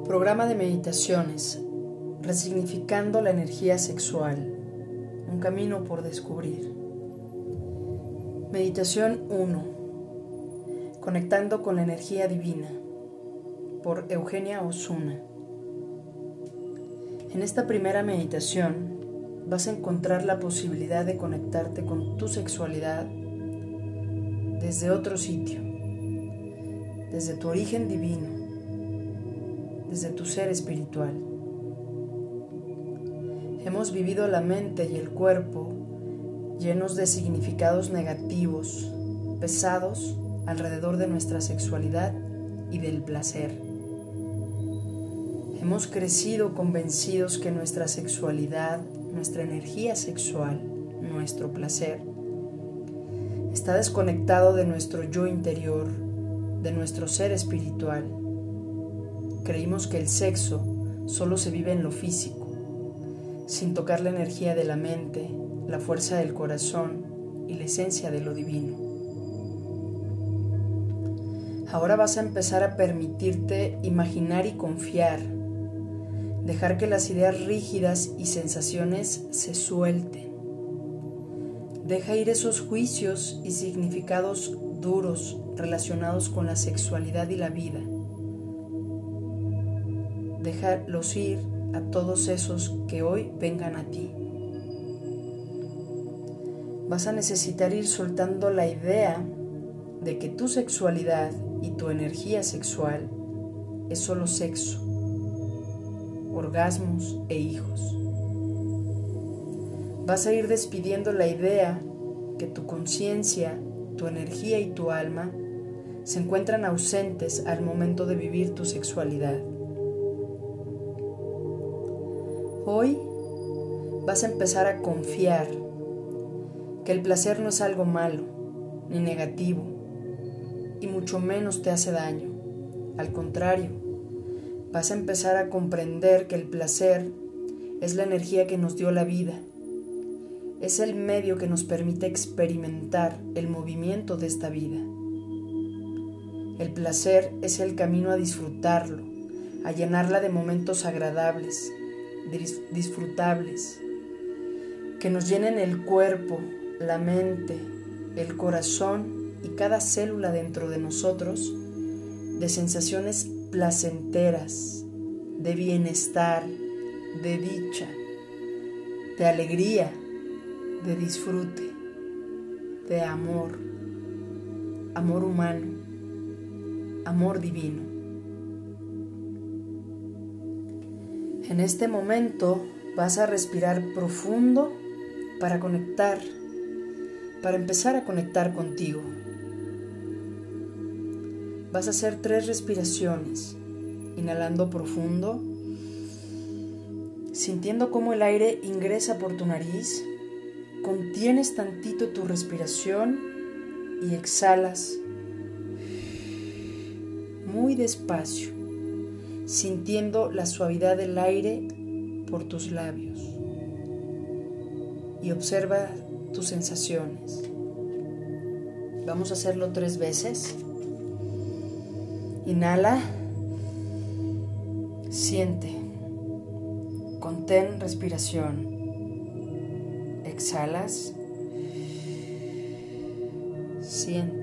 Programa de meditaciones, resignificando la energía sexual, un camino por descubrir. Meditación 1, conectando con la energía divina, por Eugenia Osuna. En esta primera meditación vas a encontrar la posibilidad de conectarte con tu sexualidad desde otro sitio, desde tu origen divino, desde tu ser espiritual. Hemos vivido la mente y el cuerpo llenos de significados negativos, pesados alrededor de nuestra sexualidad y del placer. Hemos crecido convencidos que nuestra sexualidad, nuestra energía sexual, nuestro placer, está desconectado de nuestro yo interior, de nuestro ser espiritual. Creímos que el sexo solo se vive en lo físico, sin tocar la energía de la mente, la fuerza del corazón y la esencia de lo divino. Ahora vas a empezar a permitirte imaginar y confiar, dejar que las ideas rígidas y sensaciones se suelten. Deja ir esos juicios y significados duros relacionados con la sexualidad y la vida. Déjalos ir a todos esos que hoy vengan a ti. Vas a necesitar ir soltando la idea de que tu sexualidad y tu energía sexual es solo sexo, orgasmos e hijos. Vas a ir despidiendo la idea que tu conciencia, tu energía y tu alma se encuentran ausentes al momento de vivir tu sexualidad. Hoy vas a empezar a confiar que el placer no es algo malo ni negativo y mucho menos te hace daño. Al contrario, vas a empezar a comprender que el placer es la energía que nos dio la vida. Es el medio que nos permite experimentar el movimiento de esta vida. El placer es el camino a disfrutarlo, a llenarla de momentos agradables, disfrutables, que nos llenen el cuerpo, la mente, el corazón y cada célula dentro de nosotros de sensaciones placenteras, de bienestar, de dicha, de alegría, de disfrute, de amor, amor humano, amor divino. En este momento vas a respirar profundo para empezar a conectar contigo. Vas a hacer 3 respiraciones, inhalando profundo, sintiendo cómo el aire ingresa por tu nariz, contienes tantito tu respiración y exhalas muy despacio, sintiendo la suavidad del aire por tus labios. Y observa tus sensaciones. Vamos a hacerlo 3 veces. Inhala, siente, contén respiración, exhalas, siente.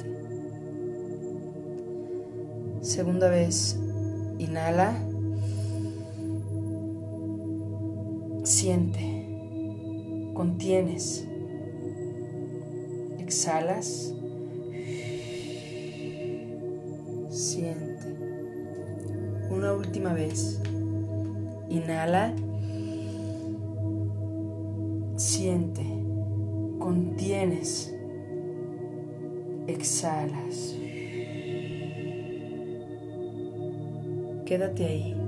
Segunda vez, inhala, siente, contienes, exhalas, siente. Una última vez, inhala, siente, contienes, exhalas. Quédate ahí.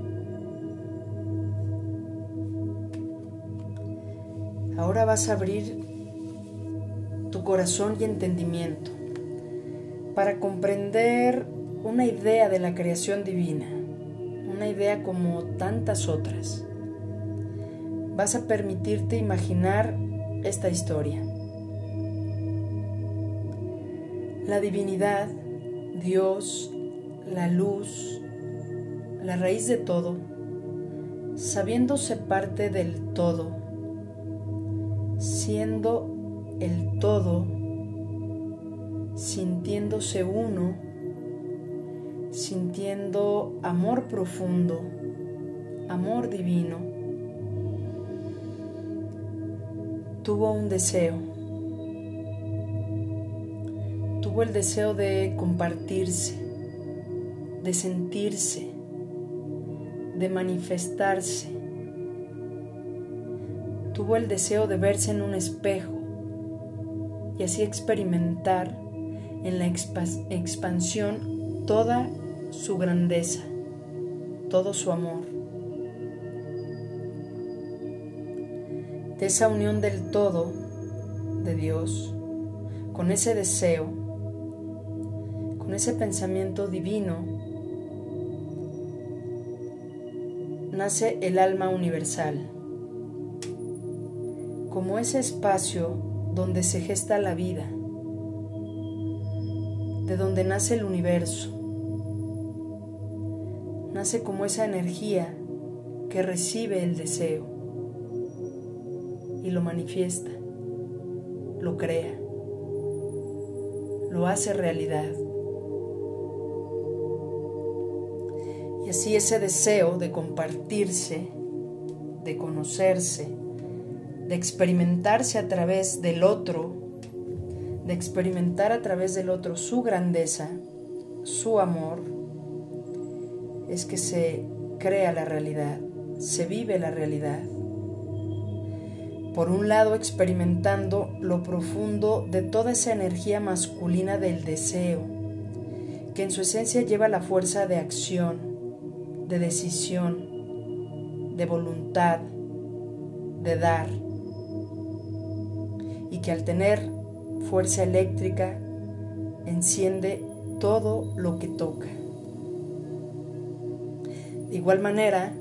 Ahora vas a abrir tu corazón y entendimiento para comprender una idea de la creación divina, una idea como tantas otras. Vas a permitirte imaginar esta historia. La divinidad, Dios, la luz, la raíz de todo, sabiéndose parte del todo, siendo el todo, sintiéndose uno, sintiendo amor profundo, amor divino, tuvo un deseo. Tuvo el deseo de compartirse, de sentirse, de manifestarse. Tuvo el deseo de verse en un espejo y así experimentar en la expansión toda su grandeza, todo su amor. De esa unión del todo, de Dios, con ese deseo, con ese pensamiento divino, nace el alma universal, como ese espacio donde se gesta la vida, de donde nace el universo. Nace como esa energía que recibe el deseo y lo manifiesta, lo crea, lo hace realidad. Y así ese deseo de compartirse, de conocerse, de experimentarse a través del otro, de experimentar a través del otro su grandeza, su amor, es que se crea la realidad, se vive la realidad. Por un lado, experimentando lo profundo de toda esa energía masculina del deseo, que en su esencia lleva la fuerza de acción, de decisión, de voluntad, de dar, y que al tener fuerza eléctrica enciende todo lo que toca. De igual manera,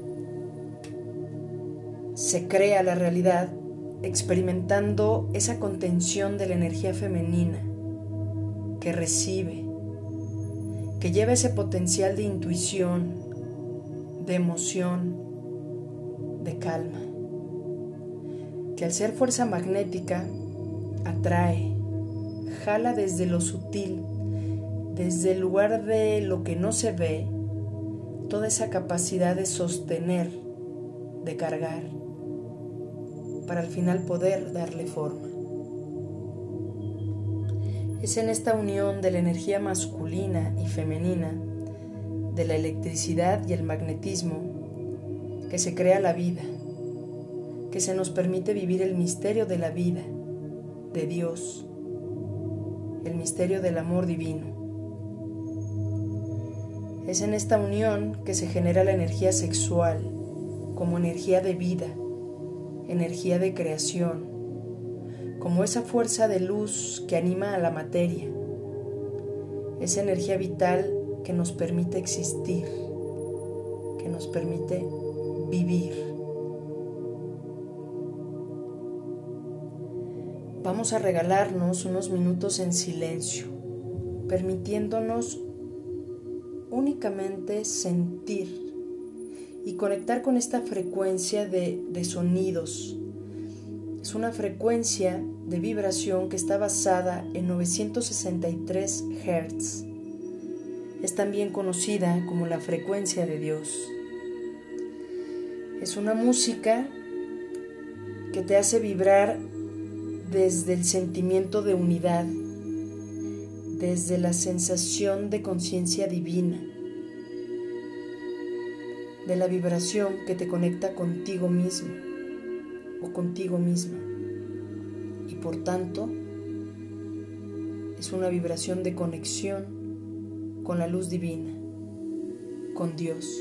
se crea la realidad experimentando esa contención de la energía femenina que recibe, que lleva ese potencial de intuición, de emoción, de calma, que al ser fuerza magnética atrae, jala desde lo sutil, desde el lugar de lo que no se ve, toda esa capacidad de sostener, de cargar, para al final poder darle forma. Es en esta unión de la energía masculina y femenina, de la electricidad y el magnetismo, que se crea la vida, que se nos permite vivir el misterio de la vida, de Dios, el misterio del amor divino. Es en esta unión que se genera la energía sexual como energía de vida, energía de creación, como esa fuerza de luz que anima a la materia, esa energía vital que nos permite existir, que nos permite vivir. Vamos a regalarnos unos minutos en silencio, permitiéndonos únicamente sentir y conectar con esta frecuencia de sonidos. Es una frecuencia de vibración que está basada en 963 Hz. Es también conocida como la frecuencia de Dios. Es una música que te hace vibrar desde el sentimiento de unidad, desde la sensación de conciencia divina, de la vibración que te conecta contigo mismo o contigo misma, y por tanto es una vibración de conexión con la luz divina, con Dios.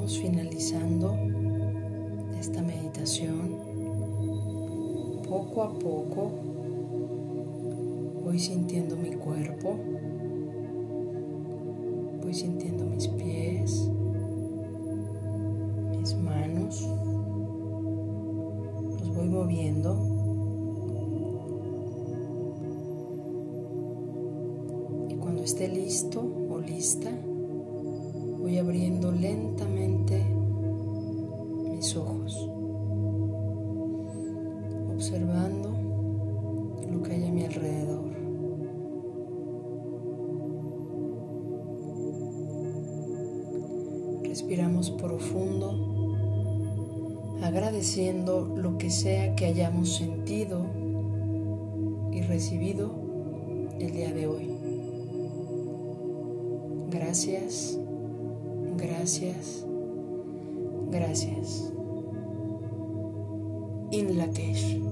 Estamos finalizando esta meditación. Poco a poco voy sintiendo mi cuerpo, voy sintiendo mis pies, mis manos, los voy moviendo. Y cuando esté listo o lista, voy abriendo lentamente mis ojos, observando lo que hay a mi alrededor. Respiramos profundo, agradeciendo lo que sea que hayamos sentido y recibido el día de hoy. Gracias, gracias, gracias. In Lakesh.